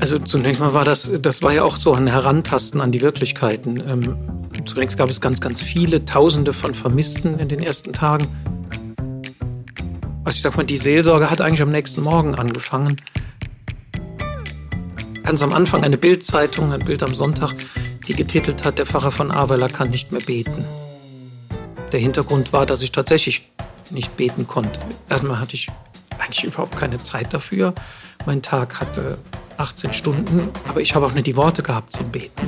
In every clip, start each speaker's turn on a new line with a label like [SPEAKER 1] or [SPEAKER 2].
[SPEAKER 1] Also zunächst mal war das war ja auch so ein Herantasten an die Wirklichkeiten. Zunächst gab es ganz, ganz viele, Tausende von Vermissten in den ersten Tagen. Also ich sag mal, die Seelsorge hat eigentlich am nächsten Morgen angefangen. Ganz am Anfang eine Bild-Zeitung, ein Bild am Sonntag, die getitelt hat, der Pfarrer von Ahrweiler kann nicht mehr beten. Der Hintergrund war, dass ich tatsächlich nicht beten konnte. Erstmal hatte ich eigentlich überhaupt keine Zeit dafür. Mein Tag hatte 18 Stunden, aber ich habe auch nicht die Worte gehabt zum Beten.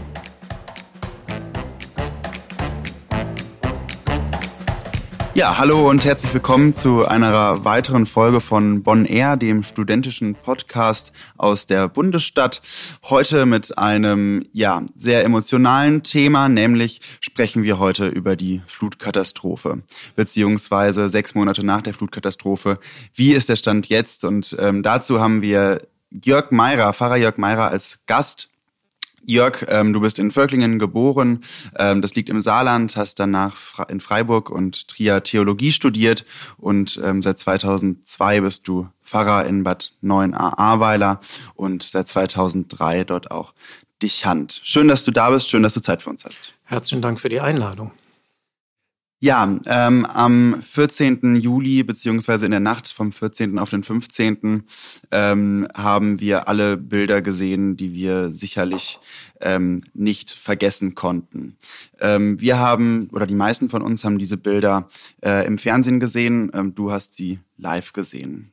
[SPEAKER 2] Ja, hallo und herzlich willkommen zu einer weiteren Folge von Bonn Air, dem studentischen Podcast aus der Bundesstadt. Heute mit einem, sehr emotionalen Thema, nämlich sprechen wir heute über die Flutkatastrophe, beziehungsweise 6 Monate nach der Flutkatastrophe. Wie ist der Stand jetzt? Und dazu haben wir Jörg Meirer, Pfarrer Jörg Meirer als Gast. Jörg, du bist in Völklingen geboren, das liegt im Saarland, hast danach in Freiburg und Trier Theologie studiert und seit 2002 bist du Pfarrer in Bad Neuenahr-Ahrweiler und seit 2003 dort auch Dechant. Schön, dass du da bist, schön, dass du Zeit für uns hast.
[SPEAKER 1] Herzlichen Dank für die Einladung.
[SPEAKER 2] Ja, am 14. Juli beziehungsweise in der Nacht vom 14. auf den 15. Haben wir alle Bilder gesehen, die wir sicherlich nicht vergessen konnten. Wir haben, oder die meisten von uns haben diese Bilder im Fernsehen gesehen, du hast sie live gesehen.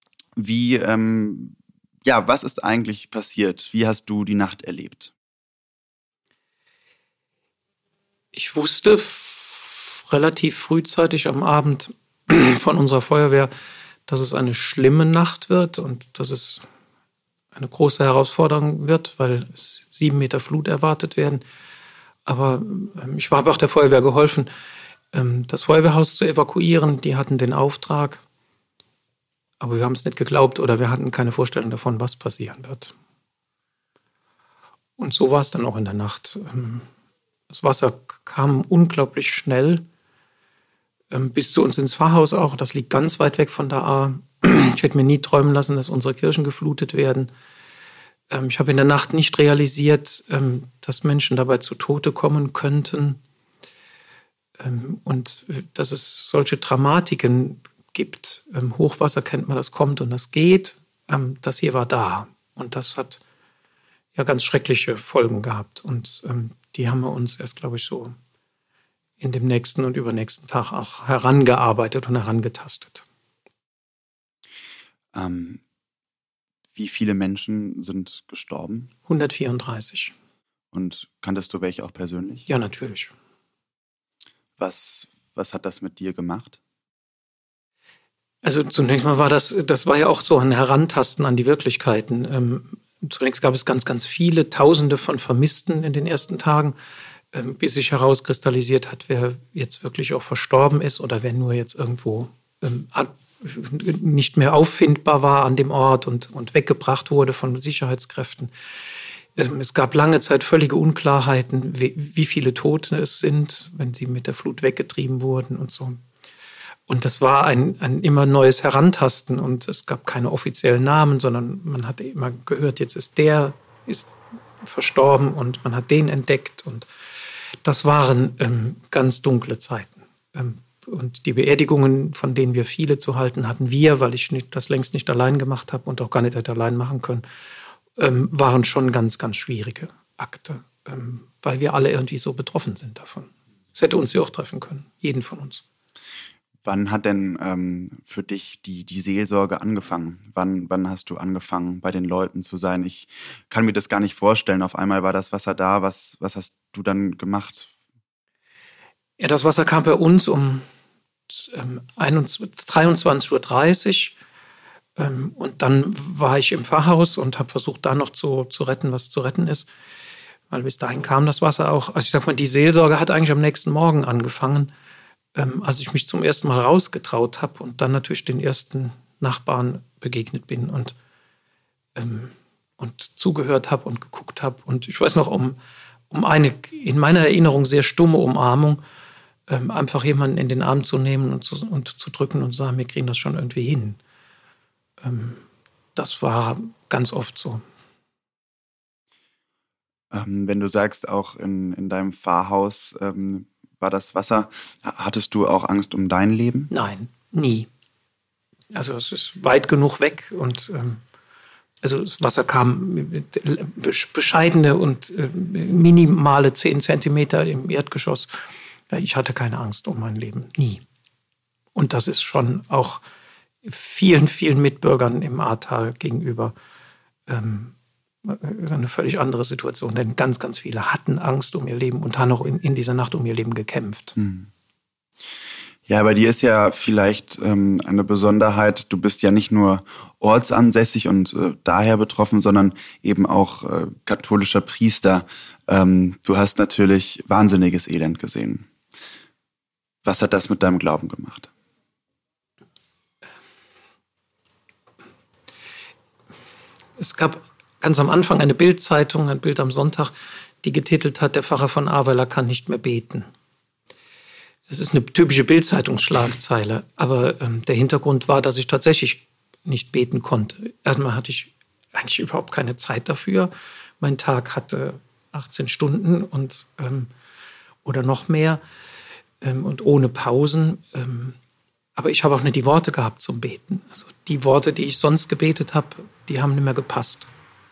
[SPEAKER 2] Was ist eigentlich passiert? Wie hast du die Nacht erlebt?
[SPEAKER 1] Ich wusste relativ frühzeitig am Abend von unserer Feuerwehr, dass es eine schlimme Nacht wird und dass es eine große Herausforderung wird, weil es 7 Meter Flut erwartet werden. Aber ich habe auch der Feuerwehr geholfen, das Feuerwehrhaus zu evakuieren. Die hatten den Auftrag, aber wir haben es nicht geglaubt oder wir hatten keine Vorstellung davon, was passieren wird. Und so war es dann auch in der Nacht. Das Wasser kam unglaublich schnell bis zu uns ins Pfarrhaus auch. Das liegt ganz weit weg von der Ahr. Ich hätte mir nie träumen lassen, dass unsere Kirchen geflutet werden. Ich habe in der Nacht nicht realisiert, dass Menschen dabei zu Tode kommen könnten und dass es solche Dramatiken gibt. Hochwasser kennt man, das kommt und das geht. Das hier war da und das hat ja ganz schreckliche Folgen gehabt und die haben wir uns erst, glaube ich, so in dem nächsten und übernächsten Tag auch herangearbeitet und herangetastet.
[SPEAKER 2] Wie viele Menschen sind gestorben?
[SPEAKER 1] 134.
[SPEAKER 2] Und kanntest du welche auch persönlich?
[SPEAKER 1] Ja, natürlich.
[SPEAKER 2] Was hat das mit dir gemacht?
[SPEAKER 1] Also zunächst mal war das war ja auch so ein Herantasten an die Wirklichkeiten. Zunächst gab es ganz, ganz viele, Tausende von Vermissten in den ersten Tagen, bis sich herauskristallisiert hat, wer jetzt wirklich auch verstorben ist oder wer nur jetzt irgendwo nicht mehr auffindbar war an dem Ort und weggebracht wurde von Sicherheitskräften. Es gab lange Zeit völlige Unklarheiten, wie viele Tote es sind, wenn sie mit der Flut weggetrieben wurden und so. Und das war ein immer neues Herantasten und es gab keine offiziellen Namen, sondern man hat immer gehört, jetzt ist verstorben und man hat den entdeckt und das waren ganz dunkle Zeiten. Und die Beerdigungen, von denen wir viele zu halten hatten, weil ich das längst nicht allein gemacht habe und auch gar nicht hätte allein machen können, waren schon ganz, ganz schwierige Akte, weil wir alle irgendwie so betroffen sind davon. Es hätte uns ja auch treffen können, jeden von uns.
[SPEAKER 2] Wann hat denn für dich die Seelsorge angefangen? Wann hast du angefangen, bei den Leuten zu sein? Ich kann mir das gar nicht vorstellen. Auf einmal war das Wasser da. Was hast du dann gemacht?
[SPEAKER 1] Ja, das Wasser kam bei uns um 23:30 Uhr. Und dann war ich im Pfarrhaus und habe versucht, da noch zu retten, was zu retten ist. Weil bis dahin kam das Wasser auch. Also ich sag mal, die Seelsorge hat eigentlich am nächsten Morgen angefangen, als ich mich zum ersten Mal rausgetraut habe und dann natürlich den ersten Nachbarn begegnet bin und zugehört habe und geguckt habe. Und ich weiß noch, um eine in meiner Erinnerung sehr stumme Umarmung, einfach jemanden in den Arm zu nehmen und zu drücken und zu sagen, wir kriegen das schon irgendwie hin. Das war ganz oft so.
[SPEAKER 2] Wenn du sagst, auch in deinem Pfarrhaus war das Wasser, hattest du auch Angst um dein Leben?
[SPEAKER 1] Nein, nie. Also es ist weit genug weg und also das Wasser kam mit bescheidene und minimale 10 Zentimeter im Erdgeschoss. Ich hatte keine Angst um mein Leben, nie. Und das ist schon auch vielen, vielen Mitbürgern im Ahrtal gegenüber ist eine völlig andere Situation. Denn ganz, ganz viele hatten Angst um ihr Leben und haben auch in dieser Nacht um ihr Leben gekämpft.
[SPEAKER 2] Ja, bei dir ist ja vielleicht eine Besonderheit, du bist ja nicht nur ortsansässig und daher betroffen, sondern eben auch katholischer Priester. Du hast natürlich wahnsinniges Elend gesehen. Was hat das mit deinem Glauben gemacht?
[SPEAKER 1] Es gab ganz am Anfang eine Bild-Zeitung, ein Bild am Sonntag, die getitelt hat, der Pfarrer von Ahrweiler kann nicht mehr beten. Es ist eine typische Bild-Zeitungsschlagzeile, aber der Hintergrund war, dass ich tatsächlich nicht beten konnte. Erstmal hatte ich eigentlich überhaupt keine Zeit dafür. Mein Tag hatte 18 Stunden und, oder noch mehr und ohne Pausen. Aber ich habe auch nicht die Worte gehabt zum Beten. Also die Worte, die ich sonst gebetet habe, die haben nicht mehr gepasst.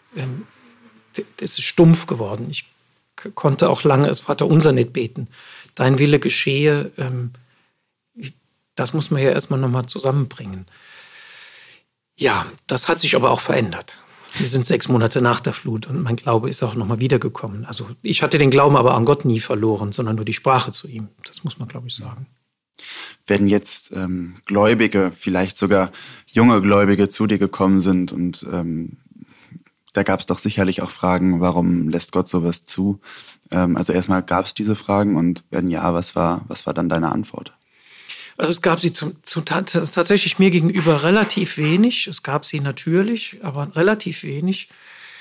[SPEAKER 1] Es ist stumpf geworden. Ich konnte auch lange das Vaterunser nicht beten. Dein Wille geschehe, das muss man ja erstmal nochmal zusammenbringen. Ja, das hat sich aber auch verändert. Wir sind 6 Monate nach der Flut und mein Glaube ist auch nochmal wiedergekommen. Also ich hatte den Glauben aber an Gott nie verloren, sondern nur die Sprache zu ihm. Das muss man, glaube ich, sagen.
[SPEAKER 2] Wenn jetzt Gläubige, vielleicht sogar junge Gläubige zu dir gekommen sind und da gab es doch sicherlich auch Fragen, warum lässt Gott sowas zu? Also erstmal gab es diese Fragen und wenn ja, was war dann deine Antwort?
[SPEAKER 1] Also es gab sie tatsächlich mir gegenüber relativ wenig. Es gab sie natürlich, aber relativ wenig.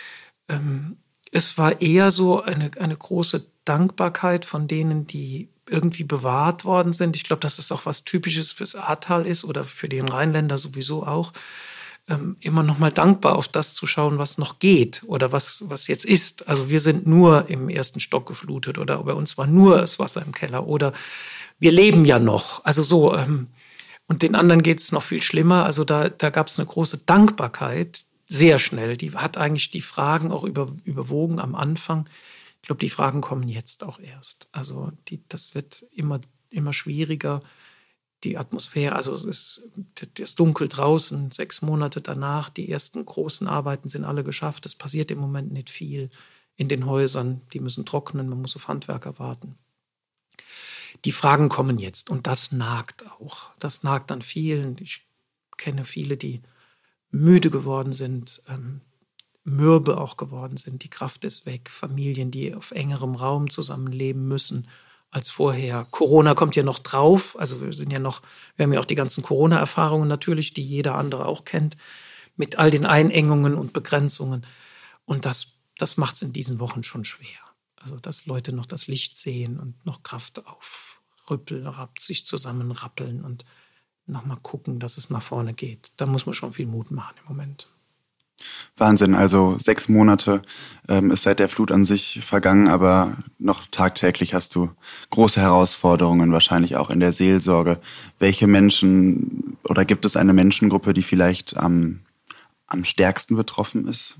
[SPEAKER 1] Es war eher so eine große Dankbarkeit von denen, die irgendwie bewahrt worden sind. Ich glaube, dass das auch was Typisches fürs Ahrtal ist oder für den Rheinländer sowieso auch. Immer noch mal dankbar auf das zu schauen, was noch geht oder was jetzt ist. Also wir sind nur im 1. Stock geflutet oder bei uns war nur das Wasser im Keller oder wir leben ja noch. Also so. Und den anderen geht es noch viel schlimmer. Also da gab es eine große Dankbarkeit, sehr schnell. Die hat eigentlich die Fragen auch überwogen am Anfang. Ich glaube, die Fragen kommen jetzt auch erst. Also das wird immer schwieriger. Die Atmosphäre, also es ist dunkel draußen, 6 Monate danach, die ersten großen Arbeiten sind alle geschafft. Es passiert im Moment nicht viel in den Häusern. Die müssen trocknen, man muss auf Handwerker warten. Die Fragen kommen jetzt und das nagt auch. Das nagt an vielen. Ich kenne viele, die müde geworden sind, mürbe auch geworden sind. Die Kraft ist weg. Familien, die auf engerem Raum zusammenleben müssen als vorher. Corona kommt ja noch drauf. Also wir haben ja auch die ganzen Corona-Erfahrungen natürlich, die jeder andere auch kennt, mit all den Einengungen und Begrenzungen. Und das macht es in diesen Wochen schon schwer. Also dass Leute noch das Licht sehen und noch Kraft sich zusammenrappeln und nochmal gucken, dass es nach vorne geht. Da muss man schon viel Mut machen im Moment.
[SPEAKER 2] Wahnsinn, also 6 Monate ist seit der Flut an sich vergangen, aber noch tagtäglich hast du große Herausforderungen, wahrscheinlich auch in der Seelsorge. Welche Menschen oder gibt es eine Menschengruppe, die vielleicht am stärksten betroffen ist?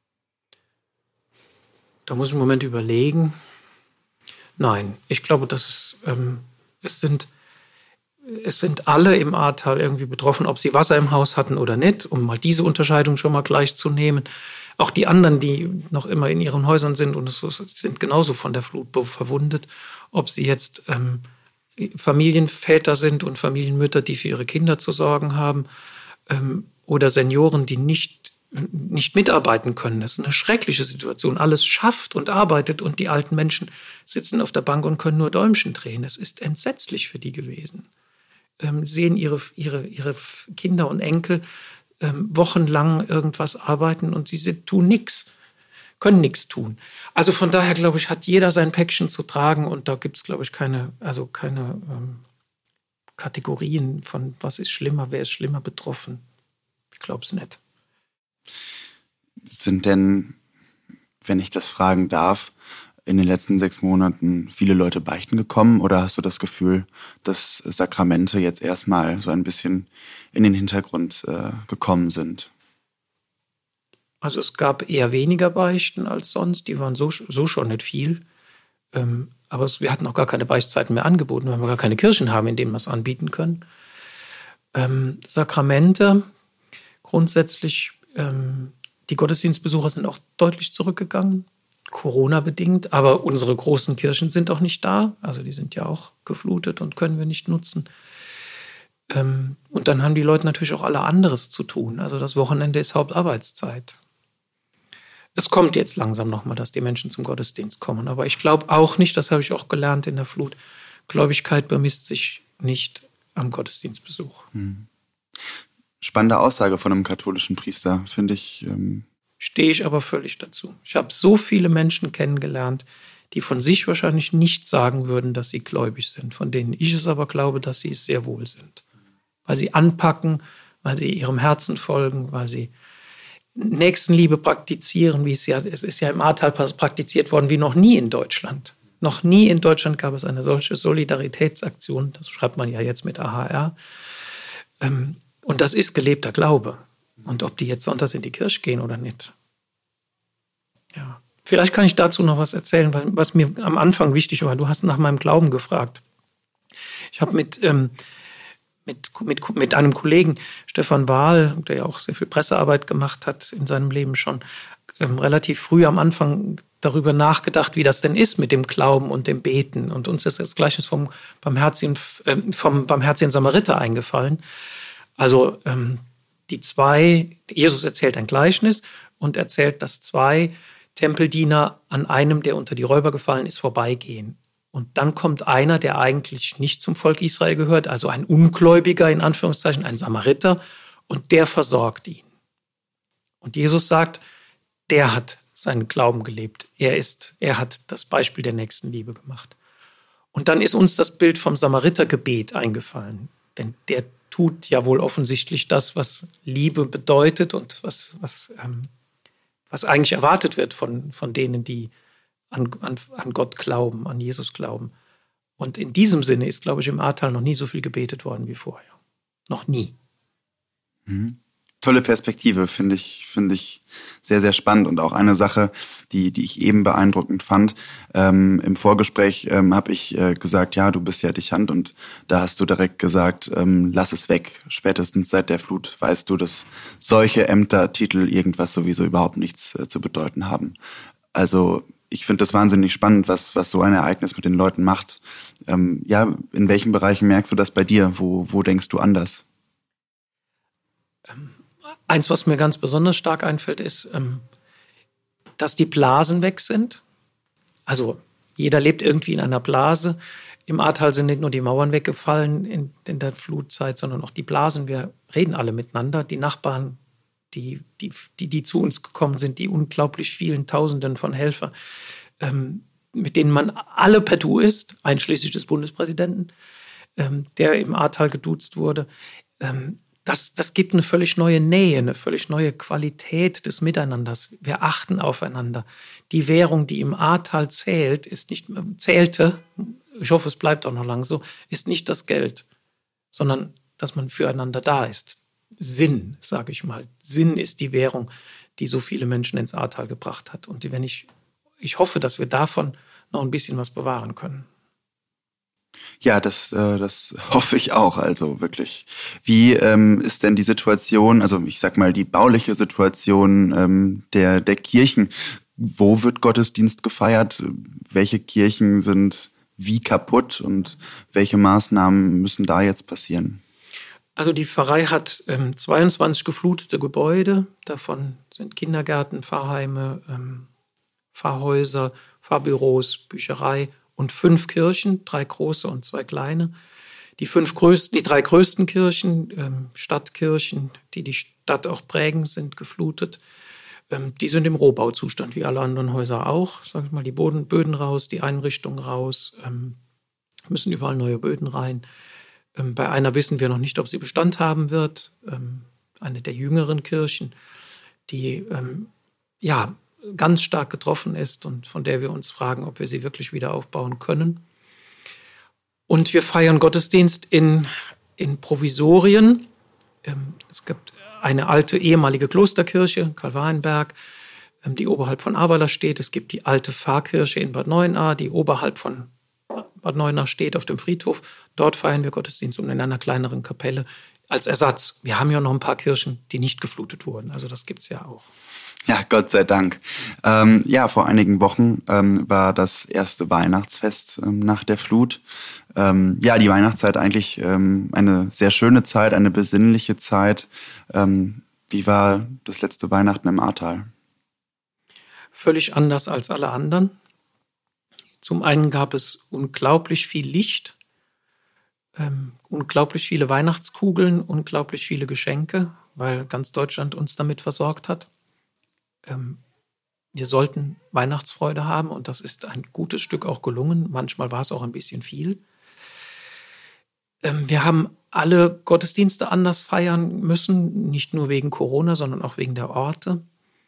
[SPEAKER 1] Da muss ich einen Moment überlegen. Nein, ich glaube, dass es sind alle im Ahrtal irgendwie betroffen, ob sie Wasser im Haus hatten oder nicht, um mal diese Unterscheidung schon mal gleich zu nehmen. Auch die anderen, die noch immer in ihren Häusern sind und sind genauso von der Flut verwundet, ob sie jetzt Familienväter sind und Familienmütter, die für ihre Kinder zu sorgen haben, oder Senioren, die nicht mitarbeiten können. Das ist eine schreckliche Situation. Alles schafft und arbeitet und die alten Menschen sitzen auf der Bank und können nur Däumchen drehen. Es ist entsetzlich für die gewesen. Sehen ihre Kinder und Enkel wochenlang irgendwas arbeiten und sie tun nichts, können nichts tun. Also von daher, glaube ich, hat jeder sein Päckchen zu tragen und da gibt es, glaube ich, keine Kategorien von was ist schlimmer, wer ist schlimmer betroffen. Ich glaube es nicht.
[SPEAKER 2] Sind denn wenn ich das fragen darf, in den letzten 6 Monaten viele Leute beichten gekommen? Oder hast du das Gefühl, dass Sakramente jetzt erstmal so ein bisschen in den Hintergrund gekommen sind?
[SPEAKER 1] Also es gab eher weniger Beichten als sonst. Die waren so schon nicht viel. Aber wir hatten auch gar keine Beichtzeiten mehr angeboten, weil wir gar keine Kirchen haben, in denen wir es anbieten können. Sakramente, grundsätzlich, die Gottesdienstbesucher sind auch deutlich zurückgegangen, Corona-bedingt. Aber unsere großen Kirchen sind auch nicht da. Also die sind ja auch geflutet und können wir nicht nutzen. Und dann haben die Leute natürlich auch alle anderes zu tun. Also das Wochenende ist Hauptarbeitszeit. Es kommt jetzt langsam nochmal, dass die Menschen zum Gottesdienst kommen. Aber ich glaube auch nicht, das habe ich auch gelernt in der Flut, Gläubigkeit bemisst sich nicht am Gottesdienstbesuch.
[SPEAKER 2] Spannende Aussage von einem katholischen Priester, finde ich.
[SPEAKER 1] Stehe ich aber völlig dazu. Ich habe so viele Menschen kennengelernt, die von sich wahrscheinlich nicht sagen würden, dass sie gläubig sind, von denen ich es aber glaube, dass sie es sehr wohl sind. Weil sie anpacken, weil sie ihrem Herzen folgen, weil sie Nächstenliebe praktizieren, es ist ja im Ahrtal praktiziert worden wie noch nie in Deutschland. Noch nie in Deutschland gab es eine solche Solidaritätsaktion, das schreibt man ja jetzt mit AHR. Und das ist gelebter Glaube. Und ob die jetzt sonntags in die Kirche gehen oder nicht. Ja. Vielleicht kann ich dazu noch was erzählen, was mir am Anfang wichtig war. Du hast nach meinem Glauben gefragt. Ich habe mit einem Kollegen, Stefan Wahl, der ja auch sehr viel Pressearbeit gemacht hat in seinem Leben schon, relativ früh am Anfang darüber nachgedacht, wie das denn ist mit dem Glauben und dem Beten. Und uns ist das Gleiche vom barmherzigen Samariter eingefallen. Also Jesus erzählt ein Gleichnis und erzählt, dass 2 Tempeldiener an einem, der unter die Räuber gefallen ist, vorbeigehen. Und dann kommt einer, der eigentlich nicht zum Volk Israel gehört, also ein Ungläubiger in Anführungszeichen, ein Samariter, und der versorgt ihn. Und Jesus sagt, der hat seinen Glauben gelebt. Er hat das Beispiel der Nächstenliebe gemacht. Und dann ist uns das Bild vom Samaritergebet eingefallen. Denn der tut ja wohl offensichtlich das, was Liebe bedeutet und was eigentlich erwartet wird von denen, die an Gott glauben, an Jesus glauben. Und in diesem Sinne ist, glaube ich, im Ahrtal noch nie so viel gebetet worden wie vorher. Noch nie.
[SPEAKER 2] Tolle Perspektive, finde ich sehr, sehr spannend. Und auch eine Sache, die ich eben beeindruckend fand. Im Vorgespräch habe ich gesagt, ja, du bist ja Dechant, und da hast du direkt gesagt, lass es weg. Spätestens seit der Flut weißt du, dass solche Ämtertitel irgendwas sowieso überhaupt nichts zu bedeuten haben. Also ich finde das wahnsinnig spannend, was so ein Ereignis mit den Leuten macht. In welchen Bereichen merkst du das bei dir? Wo denkst du anders?
[SPEAKER 1] Eins, was mir ganz besonders stark einfällt, ist, dass die Blasen weg sind. Also jeder lebt irgendwie in einer Blase. Im Ahrtal sind nicht nur die Mauern weggefallen in der Flutzeit, sondern auch die Blasen. Wir reden alle miteinander. Die Nachbarn, die zu uns gekommen sind, die unglaublich vielen Tausenden von Helfern, mit denen man alle per Du ist, einschließlich des Bundespräsidenten, der im Ahrtal geduzt wurde. Das gibt eine völlig neue Nähe, eine völlig neue Qualität des Miteinanders. Wir achten aufeinander. Die Währung, die im Ahrtal zählte, ich hoffe, es bleibt auch noch lang so, ist nicht das Geld, sondern dass man füreinander da ist. Sinn, sage ich mal. Sinn ist die Währung, die so viele Menschen ins Ahrtal gebracht hat. Und ich hoffe, dass wir davon noch ein bisschen was bewahren können.
[SPEAKER 2] Ja, das hoffe ich auch, also wirklich. Wie ist denn die Situation, also ich sag mal die bauliche Situation der Kirchen? Wo wird Gottesdienst gefeiert? Welche Kirchen sind wie kaputt und welche Maßnahmen müssen da jetzt passieren?
[SPEAKER 1] Also die Pfarrei hat 22 geflutete Gebäude. Davon sind Kindergärten, Pfarrheime, Pfarrhäuser, Pfarrbüros, Bücherei und 5 Kirchen, 3 große und 2 kleine. Die 3 größten Kirchen, Stadtkirchen, die Stadt auch prägen, sind geflutet. Die sind im Rohbauzustand, wie alle anderen Häuser auch. Sag ich mal, die Böden raus, die Einrichtungen raus, müssen überall neue Böden rein. Bei einer wissen wir noch nicht, ob sie Bestand haben wird. Eine der jüngeren Kirchen, die ganz stark getroffen ist und von der wir uns fragen, ob wir sie wirklich wieder aufbauen können. Und wir feiern Gottesdienst in Provisorien. Es gibt eine alte ehemalige Klosterkirche, Karl-Wahrenberg, die oberhalb von Ahrweiler steht. Es gibt die alte Pfarrkirche in Bad Neuenahr, die oberhalb von Bad Neuenahr steht auf dem Friedhof. Dort feiern wir Gottesdienst und in einer kleineren Kapelle als Ersatz. Wir haben ja noch ein paar Kirchen, die nicht geflutet wurden. Also das gibt es ja auch.
[SPEAKER 2] Ja, Gott sei Dank. Vor einigen Wochen war das erste Weihnachtsfest nach der Flut. Die Weihnachtszeit eigentlich eine sehr schöne Zeit, eine besinnliche Zeit. Wie war das letzte Weihnachten im Ahrtal?
[SPEAKER 1] Völlig anders als alle anderen. Zum einen gab es unglaublich viel Licht, unglaublich viele Weihnachtskugeln, unglaublich viele Geschenke, weil ganz Deutschland uns damit versorgt hat. Wir sollten Weihnachtsfreude haben und das ist ein gutes Stück auch gelungen. Manchmal war es auch ein bisschen viel. Wir haben alle Gottesdienste anders feiern müssen, nicht nur wegen Corona, sondern auch wegen der Orte.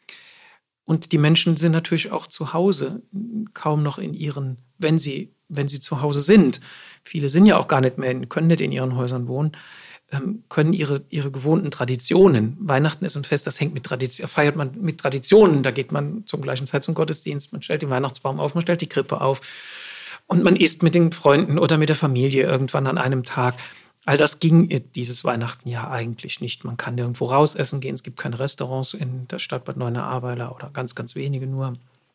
[SPEAKER 1] Und die Menschen sind natürlich auch zu Hause, kaum noch in ihren, wenn sie zu Hause sind. Viele sind ja auch gar nicht mehr, können nicht in ihren Häusern wohnen, können ihre gewohnten Traditionen. Weihnachten ist ein Fest, das hängt mit Tradition, feiert man mit Traditionen. Da geht man zur gleichen Zeit zum Gottesdienst, man stellt den Weihnachtsbaum auf, man stellt die Krippe auf und man isst mit den Freunden oder mit der Familie irgendwann an einem Tag. All das ging dieses Weihnachten ja eigentlich nicht. Man kann nirgendwo raus essen gehen, es gibt keine Restaurants in der Stadt Bad Neuenahr-Ahrweiler oder ganz, ganz wenige nur.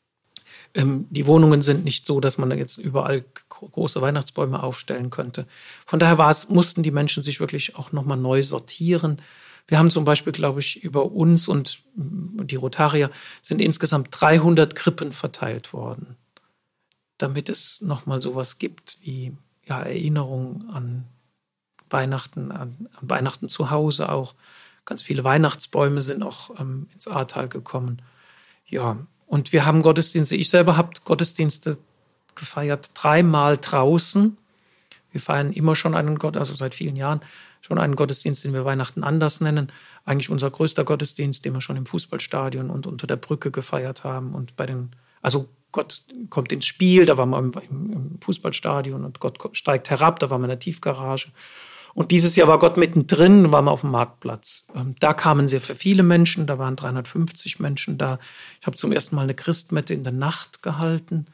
[SPEAKER 1] Die Wohnungen sind nicht so, dass man da jetzt überall große Weihnachtsbäume aufstellen könnte. Von daher mussten die Menschen sich wirklich auch nochmal neu sortieren. Wir haben zum Beispiel, glaube ich, über uns und die Rotarier sind insgesamt 300 Krippen verteilt worden, damit es nochmal sowas gibt wie Erinnerung an Weihnachten, an Weihnachten zu Hause auch. Ganz viele Weihnachtsbäume sind auch ins Ahrtal gekommen. Ja, und wir haben Gottesdienste. Ich selber habe Gottesdienste gefeiert, 3-mal draußen. Wir feiern immer schon also seit vielen Jahren, schon einen Gottesdienst, den wir Weihnachten anders nennen. Eigentlich unser größter Gottesdienst, den wir schon im Fußballstadion und unter der Brücke gefeiert haben. Und also Gott kommt ins Spiel, da waren wir im Fußballstadion und Gott steigt herab, da waren wir in der Tiefgarage. Und dieses Jahr war Gott mittendrin, waren wir auf dem Marktplatz. Da kamen sehr viele Menschen, da waren 350 Menschen da. Ich habe zum ersten Mal eine Christmette in der Nacht gehalten,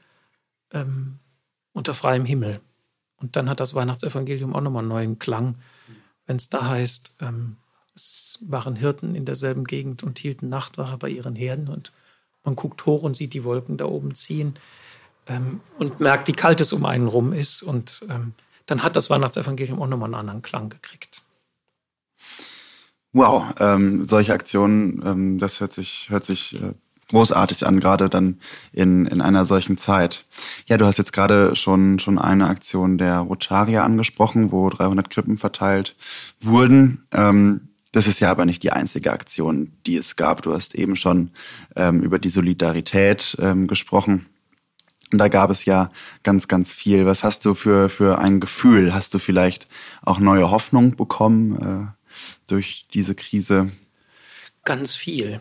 [SPEAKER 1] unter freiem Himmel. Und dann hat das Weihnachtsevangelium auch nochmal einen neuen Klang, wenn es da heißt, es waren Hirten in derselben Gegend und hielten Nachtwache bei ihren Herden. Und man guckt hoch und sieht die Wolken da oben ziehen und merkt, wie kalt es um einen rum ist. Und dann hat das Weihnachtsevangelium auch nochmal einen anderen Klang gekriegt.
[SPEAKER 2] Wow, solche Aktionen, das hört sich großartig an, gerade dann in einer solchen Zeit. Ja, du hast jetzt gerade schon eine Aktion der Rotarier angesprochen, wo 300 Krippen verteilt wurden. Das ist ja aber nicht die einzige Aktion, die es gab. Du hast eben schon über die Solidarität gesprochen. Und da gab es ja ganz, ganz viel. Was hast du für ein Gefühl? Hast du vielleicht auch neue Hoffnung bekommen durch diese Krise?
[SPEAKER 1] Ganz viel.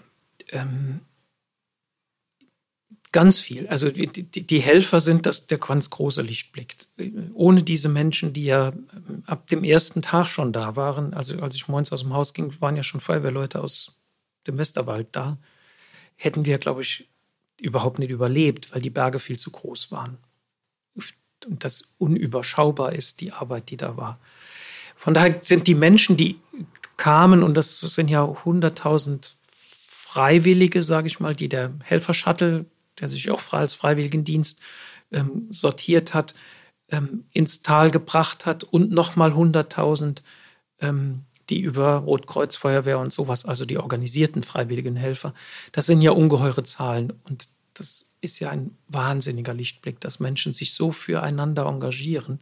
[SPEAKER 1] Ganz viel. Also die Helfer sind der ganz große Lichtblick. Ohne diese Menschen, die ja ab dem ersten Tag schon da waren, also als ich morgens aus dem Haus ging, waren ja schon Feuerwehrleute aus dem Westerwald da, hätten wir, glaube ich, überhaupt nicht überlebt, weil die Berge viel zu groß waren. Und das unüberschaubar ist, die Arbeit, die da war. Von daher sind die Menschen, die kamen, und das sind ja 100.000 Freiwillige, sage ich mal, die der Helfer-Shuttle, der sich auch als Freiwilligendienst sortiert hat, ins Tal gebracht hat und nochmal 100.000, die über Rotkreuz, Feuerwehr und sowas, also die organisierten freiwilligen Helfer, das sind ja ungeheure Zahlen. Und das ist ja ein wahnsinniger Lichtblick, dass Menschen sich so füreinander engagieren.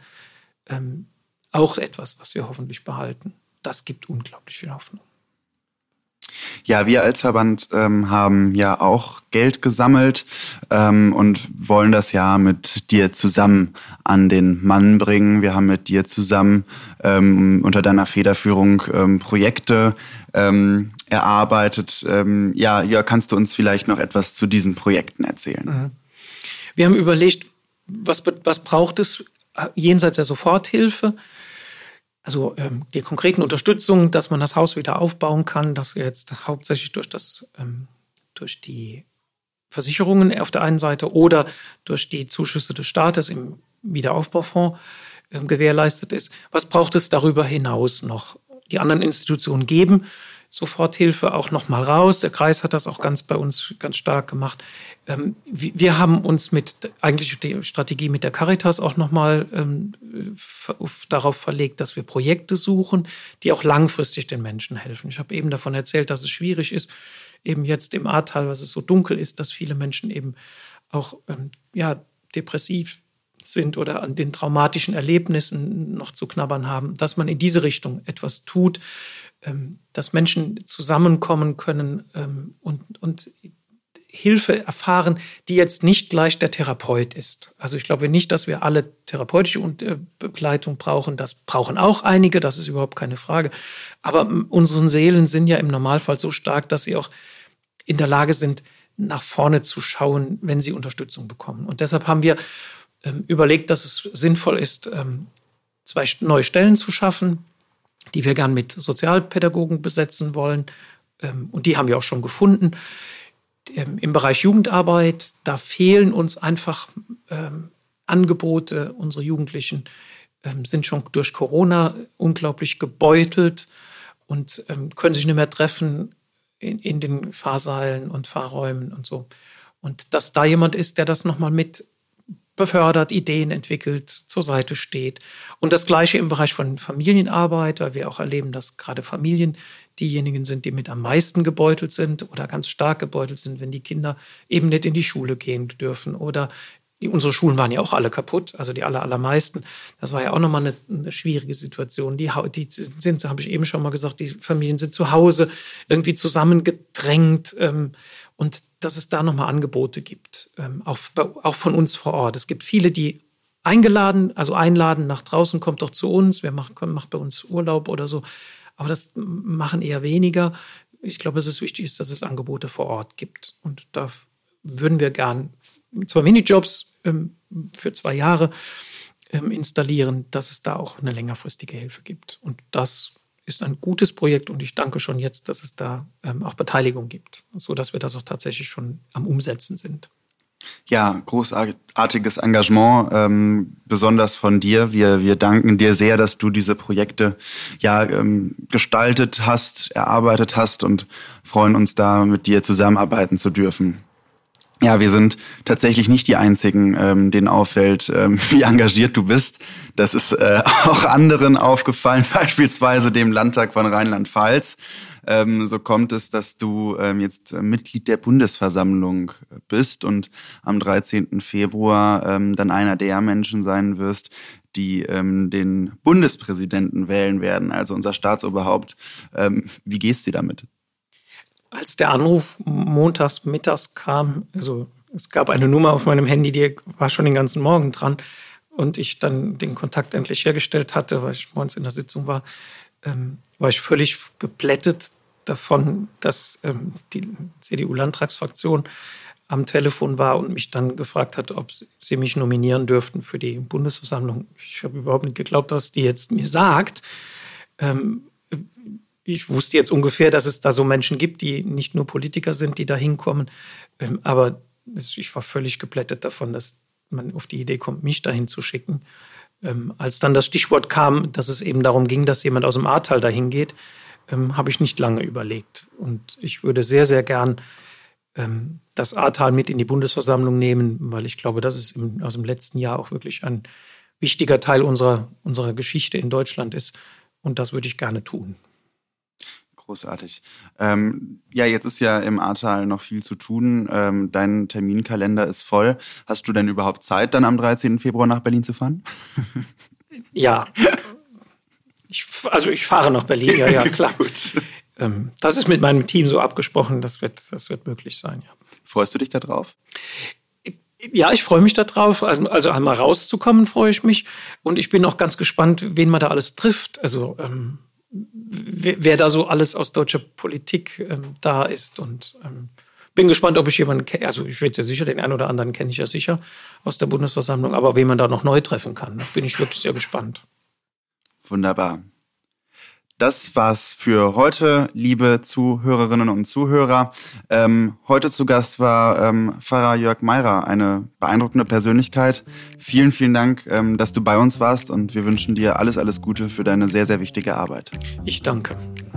[SPEAKER 1] Auch etwas, was wir hoffentlich behalten. Das gibt unglaublich viel Hoffnung.
[SPEAKER 2] Ja, wir als Verband haben ja auch Geld gesammelt und wollen das ja mit dir zusammen an den Mann bringen. Wir haben mit dir zusammen unter deiner Federführung Projekte erarbeitet. Ja, kannst du uns vielleicht noch etwas zu diesen Projekten erzählen?
[SPEAKER 1] Wir haben überlegt, was braucht es jenseits der Soforthilfe? Also die konkreten Unterstützung, dass man das Haus wieder aufbauen kann, dass wir jetzt hauptsächlich durch die Versicherungen auf der einen Seite oder durch die Zuschüsse des Staates im Wiederaufbaufonds gewährleistet ist. Was braucht es darüber hinaus noch? Die anderen Institutionen geben Soforthilfe auch noch mal raus. Der Kreis hat das auch bei uns ganz stark gemacht. Wir haben uns eigentlich die Strategie mit der Caritas auch noch mal darauf verlegt, dass wir Projekte suchen, die auch langfristig den Menschen helfen. Ich habe eben davon erzählt, dass es schwierig ist, eben jetzt im Ahrtal, was es so dunkel ist, dass viele Menschen eben auch depressiv sind oder an den traumatischen Erlebnissen noch zu knabbern haben, dass man in diese Richtung etwas tut, dass Menschen zusammenkommen können und Hilfe erfahren, die jetzt nicht gleich der Therapeut ist. Also ich glaube nicht, dass wir alle therapeutische Begleitung brauchen. Das brauchen auch einige, das ist überhaupt keine Frage. Aber unsere Seelen sind ja im Normalfall so stark, dass sie auch in der Lage sind, nach vorne zu schauen, wenn sie Unterstützung bekommen. Und deshalb haben wir überlegt, dass es sinnvoll ist, 2 neue Stellen zu schaffen, die wir gern mit Sozialpädagogen besetzen wollen. Und die haben wir auch schon gefunden. Im Bereich Jugendarbeit, da fehlen uns einfach Angebote. Unsere Jugendlichen sind schon durch Corona unglaublich gebeutelt und können sich nicht mehr treffen in den Fahrsaalen und Fahrräumen und so. Und dass da jemand ist, der das nochmal mit befördert, Ideen entwickelt, zur Seite steht. Und das Gleiche im Bereich von Familienarbeit, weil wir auch erleben, dass gerade Familien diejenigen sind, die mit am meisten gebeutelt sind oder ganz stark gebeutelt sind, wenn die Kinder eben nicht in die Schule gehen dürfen. Oder unsere Schulen waren ja auch alle kaputt, also die allermeisten. Das war ja auch nochmal eine schwierige Situation. Die sind, habe ich eben schon mal gesagt, die Familien sind zu Hause irgendwie zusammengedrängt. Und dass es da nochmal Angebote gibt, auch von uns vor Ort. Es gibt viele, die einladen nach draußen, kommt doch zu uns, macht bei uns Urlaub oder so. Aber das machen eher weniger. Ich glaube, dass es wichtig ist, dass es Angebote vor Ort gibt. Und da würden wir gern 2 Minijobs für 2 Jahre installieren, dass es da auch eine längerfristige Hilfe gibt. Und das ist ein gutes Projekt und ich danke schon jetzt, dass es da auch Beteiligung gibt, sodass wir das auch tatsächlich schon am Umsetzen sind.
[SPEAKER 2] Ja, großartiges Engagement, besonders von dir. Wir danken dir sehr, dass du diese Projekte gestaltet hast, erarbeitet hast und freuen uns da, mit dir zusammenarbeiten zu dürfen. Ja, wir sind tatsächlich nicht die Einzigen, denen auffällt, wie engagiert du bist. Das ist auch anderen aufgefallen, beispielsweise dem Landtag von Rheinland-Pfalz. So kommt es, dass du jetzt Mitglied der Bundesversammlung bist und am 13. Februar dann einer der Menschen sein wirst, die den Bundespräsidenten wählen werden, also unser Staatsoberhaupt. Wie geht's dir damit?
[SPEAKER 1] Als der Anruf montags mittags kam, also es gab eine Nummer auf meinem Handy, die war schon den ganzen Morgen dran und ich dann den Kontakt endlich hergestellt hatte, weil ich morgens in der Sitzung war ich völlig geplättet davon, dass die CDU-Landtagsfraktion am Telefon war und mich dann gefragt hat, ob sie mich nominieren dürften für die Bundesversammlung. Ich habe überhaupt nicht geglaubt, dass die jetzt mir sagt. Ich wusste jetzt ungefähr, dass es da so Menschen gibt, die nicht nur Politiker sind, die da hinkommen. Aber ich war völlig geplättet davon, dass man auf die Idee kommt, mich dahin zu schicken. Als dann das Stichwort kam, dass es eben darum ging, dass jemand aus dem Ahrtal dahin geht, habe ich nicht lange überlegt. Und ich würde sehr, sehr gern das Ahrtal mit in die Bundesversammlung nehmen, weil ich glaube, das ist aus dem letzten Jahr auch wirklich ein wichtiger Teil unserer Geschichte in Deutschland ist. Und das würde ich gerne tun.
[SPEAKER 2] Großartig. Jetzt ist ja im Ahrtal noch viel zu tun. Dein Terminkalender ist voll. Hast du denn überhaupt Zeit, dann am 13. Februar nach Berlin zu fahren?
[SPEAKER 1] Ja. Ich fahre nach Berlin, ja, klar. das ist mit meinem Team so abgesprochen, das wird möglich sein, ja.
[SPEAKER 2] Freust du dich da drauf?
[SPEAKER 1] Ja, ich freue mich darauf. Also einmal rauszukommen, freue ich mich. Und ich bin auch ganz gespannt, wen man da alles trifft. Also wer da so alles aus deutscher Politik da ist. Und bin gespannt, ob ich jemanden kenne. Also ich werde ja sicher, den einen oder anderen kenne ich ja sicher aus der Bundesversammlung. Aber wen man da noch neu treffen kann, da bin ich wirklich sehr gespannt.
[SPEAKER 2] Wunderbar. Das war's für heute, liebe Zuhörerinnen und Zuhörer. Heute zu Gast war Pfarrer Jörg Meirer, eine beeindruckende Persönlichkeit. Vielen, vielen Dank, dass du bei uns warst und wir wünschen dir alles, alles Gute für deine sehr, sehr wichtige Arbeit.
[SPEAKER 1] Ich danke.